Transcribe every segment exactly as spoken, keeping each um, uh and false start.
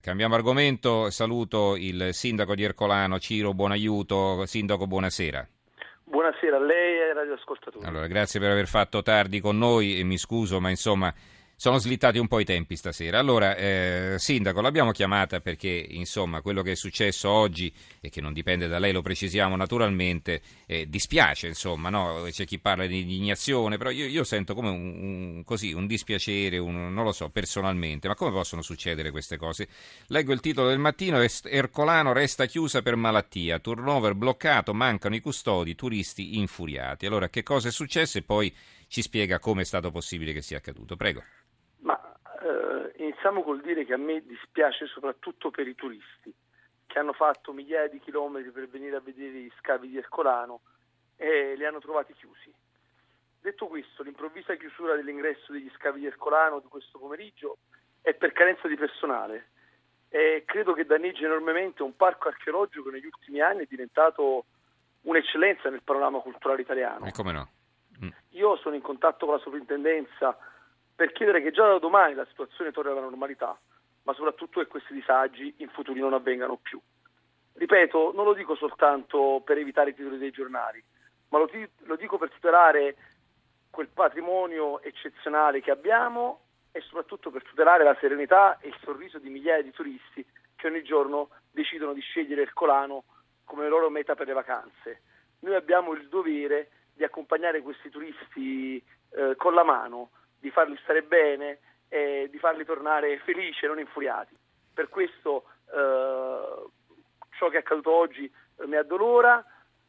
Cambiamo argomento, saluto il sindaco di Ercolano, Ciro Buonaiuto. Sindaco, buonasera. Buonasera a lei e ai radioascoltatori. Allora, grazie per aver fatto tardi con noi e mi scuso, ma insomma sono slittati un po' i tempi stasera. Allora, eh, Sindaco, l'abbiamo chiamata perché, insomma, quello che è successo oggi, e che non dipende da lei, lo precisiamo naturalmente, eh, dispiace, insomma, no? C'è chi parla di indignazione, però io, io sento come un, un, così, un dispiacere, un, non lo so, personalmente, ma come possono succedere queste cose? Leggo il titolo del mattino: Ercolano resta chiusa per malattia, turnover bloccato, mancano i custodi, turisti infuriati. Allora, che cosa è successo? E poi ci spiega come è stato possibile che sia accaduto. Prego. Ma eh, iniziamo col dire che a me dispiace soprattutto per i turisti che hanno fatto migliaia di chilometri per venire a vedere gli scavi di Ercolano e li hanno trovati chiusi. Detto questo, l'improvvisa chiusura dell'ingresso degli scavi di Ercolano di questo pomeriggio è per carenza di personale e credo che danneggi enormemente un parco archeologico che negli ultimi anni è diventato un'eccellenza nel panorama culturale italiano. E come no? Mm. Io sono in contatto con la sovrintendenza per chiedere che già da domani la situazione torni alla normalità, ma soprattutto che questi disagi in futuro non avvengano più. Ripeto, non lo dico soltanto per evitare i titoli dei giornali, ma lo, ti- lo dico per tutelare quel patrimonio eccezionale che abbiamo e soprattutto per tutelare la serenità e il sorriso di migliaia di turisti che ogni giorno decidono di scegliere Ercolano come loro meta per le vacanze. Noi abbiamo il dovere di accompagnare questi turisti eh, con la mano, di farli stare bene e di farli tornare felici e non infuriati. Per questo eh, ciò che è accaduto oggi eh, mi addolora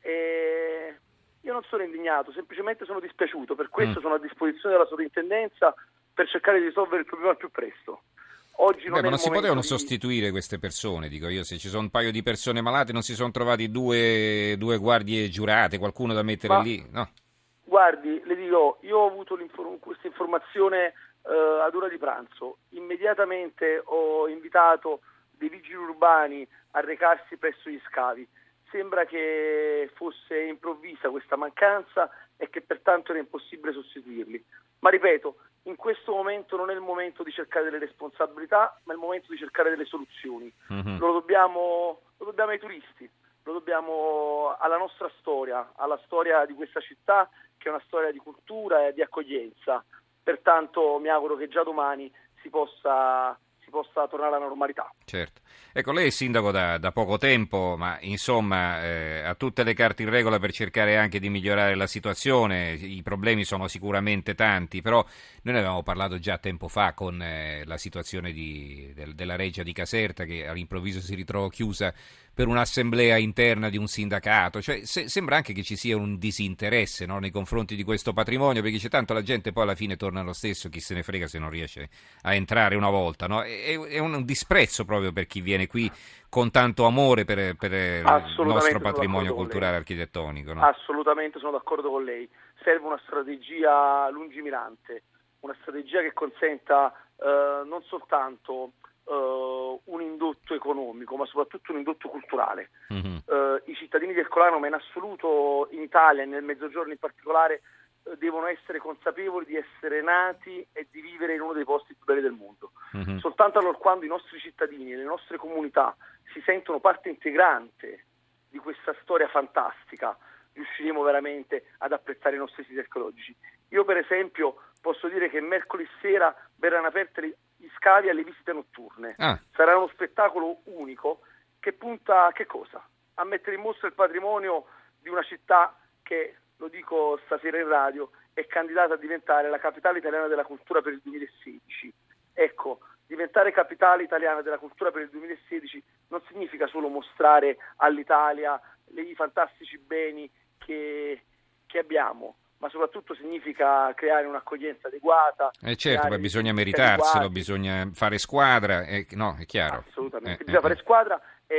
e io non sono indignato, semplicemente sono dispiaciuto. Per questo mm. sono a disposizione della sovrintendenza per cercare di risolvere il problema al più presto. Oggi non Beh, è ma non il si potevano di... sostituire queste persone, dico io, se ci sono un paio di persone malate non si sono trovati due, due guardie giurate, qualcuno da mettere ma, lì, no? Guardi, le dirò, io ho avuto questa informazione eh, ad ora di pranzo, immediatamente ho invitato dei vigili urbani a recarsi presso gli scavi. Sembra che fosse improvvisa questa mancanza e che pertanto era impossibile sostituirli. Ma ripeto, in questo momento non è il momento di cercare delle responsabilità, ma è il momento di cercare delle soluzioni. Mm-hmm. Lo dobbiamo, lo dobbiamo ai turisti, lo dobbiamo alla nostra storia, alla storia di questa città che è una storia di cultura e di accoglienza. Pertanto mi auguro che già domani si possa... si possa tornare alla normalità. Certo. Ecco, lei è sindaco da, da poco tempo, ma insomma eh, ha tutte le carte in regola per cercare anche di migliorare la situazione. I problemi sono sicuramente tanti, però noi ne avevamo parlato già tempo fa con eh, la situazione di, del, della Reggia di Caserta, che all'improvviso si ritrovò chiusa per un'assemblea interna di un sindacato. Cioè, se, sembra anche che ci sia un disinteresse, no, nei confronti di questo patrimonio, perché c'è tanto la gente poi alla fine torna lo stesso, chi se ne frega se non riesce a entrare una volta, no? È, è un disprezzo proprio per chi viene qui con tanto amore per, per il nostro patrimonio culturale architettonico, no? Assolutamente sono d'accordo con lei. Serve una strategia lungimirante, una strategia che consenta eh, non soltanto Uh, un indotto economico, ma soprattutto un indotto culturale. Mm-hmm. Uh, I cittadini di Ercolano, ma in assoluto in Italia e nel Mezzogiorno in particolare, uh, devono essere consapevoli di essere nati e di vivere in uno dei posti più belli del mondo. Mm-hmm. Soltanto allora quando i nostri cittadini e le nostre comunità si sentono parte integrante di questa storia fantastica, riusciremo veramente ad apprezzare i nostri siti archeologici. Io per esempio posso dire che mercoledì sera verranno aperte le gli scavi alle visite notturne. Ah. Sarà uno spettacolo unico che punta a che cosa? A mettere in mostra il patrimonio di una città che, lo dico stasera in radio, è candidata a diventare la capitale italiana della cultura per il duemilasedici. Ecco, diventare capitale italiana della cultura per il duemilasedici non significa solo mostrare all'Italia i fantastici beni che, che abbiamo, ma soprattutto significa creare un'accoglienza adeguata. Eh certo, poi bisogna meritarselo, adeguati. Bisogna fare squadra, eh, no, è chiaro. Assolutamente, eh, bisogna eh, fare squadra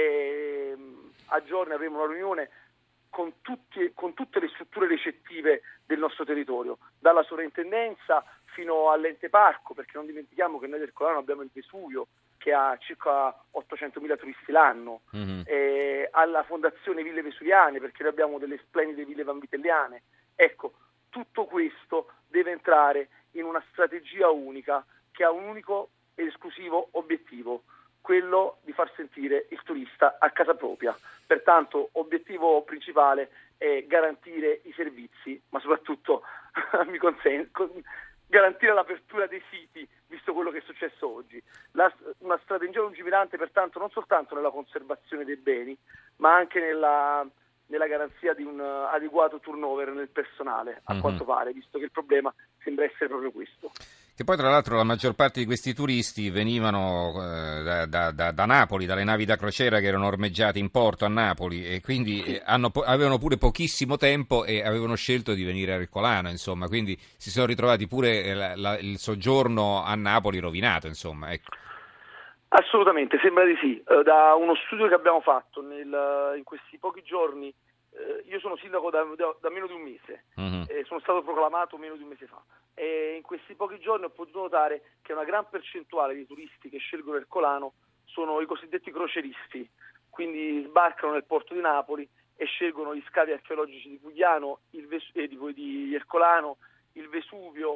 e a giorni avremo una riunione con, tutti, con tutte le strutture ricettive del nostro territorio, dalla sovrintendenza fino all'ente parco, perché non dimentichiamo che noi del Ercolano abbiamo il Vesuvio, che ha circa ottocentomila turisti l'anno, mm-hmm. e alla Fondazione Ville Vesuviane, perché noi abbiamo delle splendide ville vanvitelliane. Ecco, tutto questo deve entrare in una strategia unica che ha un unico ed esclusivo obiettivo: quello di far sentire il turista a casa propria. Pertanto, obiettivo principale è garantire i servizi, ma soprattutto mi consento, garantire l'apertura dei siti, visto quello che è successo oggi. La, una strategia lungimirante, pertanto, non soltanto nella conservazione dei beni, ma anche nella, nella garanzia di un adeguato turnover nel personale, a mm-hmm. quanto pare, visto che il problema sembra essere proprio questo. Che poi tra l'altro la maggior parte di questi turisti venivano eh, da, da, da, da Napoli, dalle navi da crociera che erano ormeggiate in porto a Napoli, e quindi sì. hanno, avevano pure pochissimo tempo e avevano scelto di venire a Ercolano, insomma, quindi si sono ritrovati pure la, la, il soggiorno a Napoli rovinato, insomma, ecco. Assolutamente, sembra di sì. Uh, da uno studio che abbiamo fatto nel, in questi pochi giorni, uh, io sono sindaco da, da, da meno di un mese, mm-hmm. e sono stato proclamato meno di un mese fa. E in questi pochi giorni ho potuto notare che una gran percentuale di turisti che scelgono Ercolano sono i cosiddetti croceristi, quindi sbarcano nel porto di Napoli e scelgono gli scavi archeologici di Pugliano, il Ves- eh, di, di Ercolano, il Vesuvio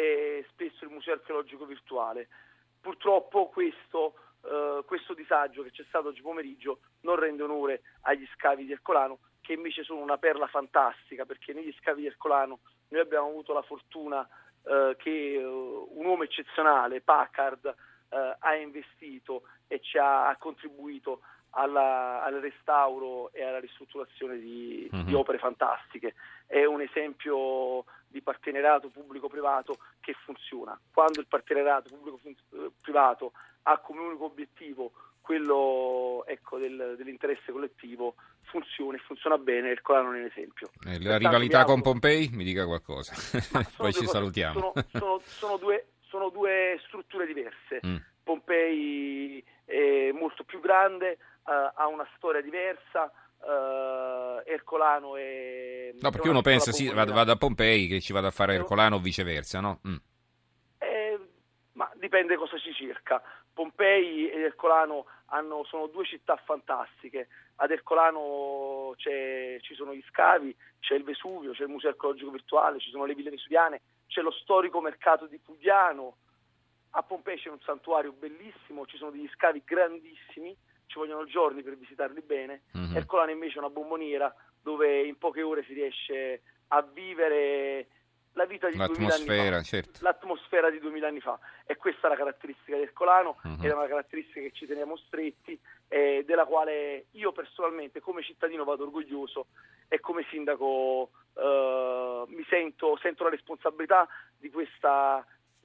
e spesso il museo archeologico virtuale. Purtroppo questo, eh, questo disagio che c'è stato oggi pomeriggio non rende onore agli scavi di Ercolano, che invece sono una perla fantastica, perché negli scavi di Ercolano noi abbiamo avuto la fortuna eh, che eh, un uomo eccezionale, Packard, eh, ha investito e ci ha, ha contribuito alla, al restauro e alla ristrutturazione di, mm-hmm. di opere fantastiche. È un esempio di partenariato pubblico-privato che funziona. Quando il partenariato pubblico-privato ha come unico obiettivo quello, ecco, del, dell'interesse collettivo, funziona e funziona bene. Ercolano è un esempio. Eh, la Pertanto, rivalità con Pompei? Mi dica qualcosa. Poi ci cose, salutiamo. Sono, sono, sono, due, sono due strutture diverse. Mm. Pompei è molto più grande, uh, ha una storia diversa. Uh, Ercolano è... No, perché uno pensa sì, vado, vado a Pompei che ci vado a fare Ercolano o viceversa, no? Mm. Eh, ma dipende cosa si cerca. Pompei ed Ercolano hanno, sono due città fantastiche. Ad Ercolano c'è, ci sono gli scavi, c'è il Vesuvio, c'è il museo archeologico virtuale, ci sono le ville vesuviane, c'è lo storico mercato di Pugliano. A Pompei c'è un santuario bellissimo, ci sono degli scavi grandissimi, ci vogliono giorni per visitarli bene. Mm-hmm. Ercolano invece è una bomboniera dove in poche ore si riesce a vivere la vita di duemila anni fa, certo. l'atmosfera di duemila anni fa. E questa è la caratteristica di Ercolano, mm-hmm. ed è una caratteristica che ci teniamo stretti, eh, della quale io personalmente come cittadino vado orgoglioso e come sindaco eh, mi sento, sento la responsabilità di questa,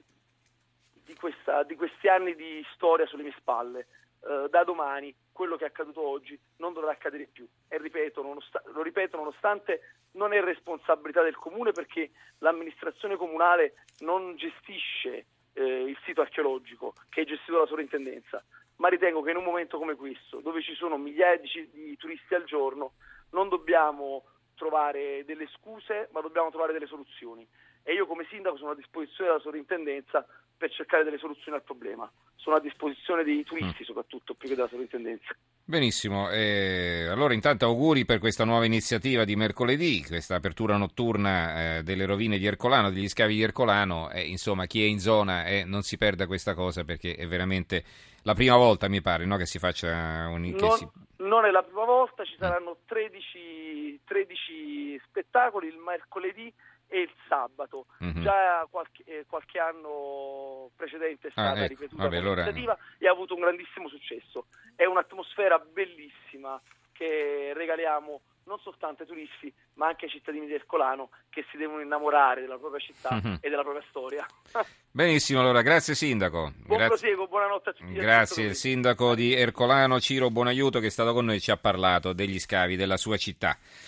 di questa, di questi anni di storia sulle mie spalle. Uh, da domani quello che è accaduto oggi non dovrà accadere più, e ripeto, nonost- lo ripeto, nonostante non è responsabilità del comune, perché l'amministrazione comunale non gestisce eh, il sito archeologico, che è gestito dalla sovrintendenza, ma ritengo che in un momento come questo, dove ci sono migliaia di, di turisti al giorno, non dobbiamo trovare delle scuse, ma dobbiamo trovare delle soluzioni. E io come sindaco sono a disposizione della sovrintendenza per cercare delle soluzioni al problema. Sono a disposizione dei turisti mm. soprattutto, più che della sovrintendenza. Benissimo, eh, allora intanto auguri per questa nuova iniziativa di mercoledì, questa apertura notturna eh, delle rovine di Ercolano, degli scavi di Ercolano, e insomma chi è in zona eh, non si perda questa cosa, perché è veramente la prima volta, mi pare, no, che si faccia un... Non, che si... non è la prima volta, ci saranno tredici, tredici spettacoli il mercoledì e il sabato. Mm-hmm. Già qualche, eh, qualche anno precedente è stata ah, ecco. ripetuta Vabbè, l'iniziativa allora... e ha avuto un grandissimo successo. È un'atmosfera bellissima che regaliamo non soltanto ai turisti, ma anche ai cittadini di Ercolano, che si devono innamorare della propria città mm-hmm. e della propria storia. Benissimo, allora grazie sindaco. Buon grazie. proseguo, buonanotte a tutti. Grazie, il sindaco di Ercolano Ciro Buonaiuto, che è stato con noi e ci ha parlato degli scavi della sua città.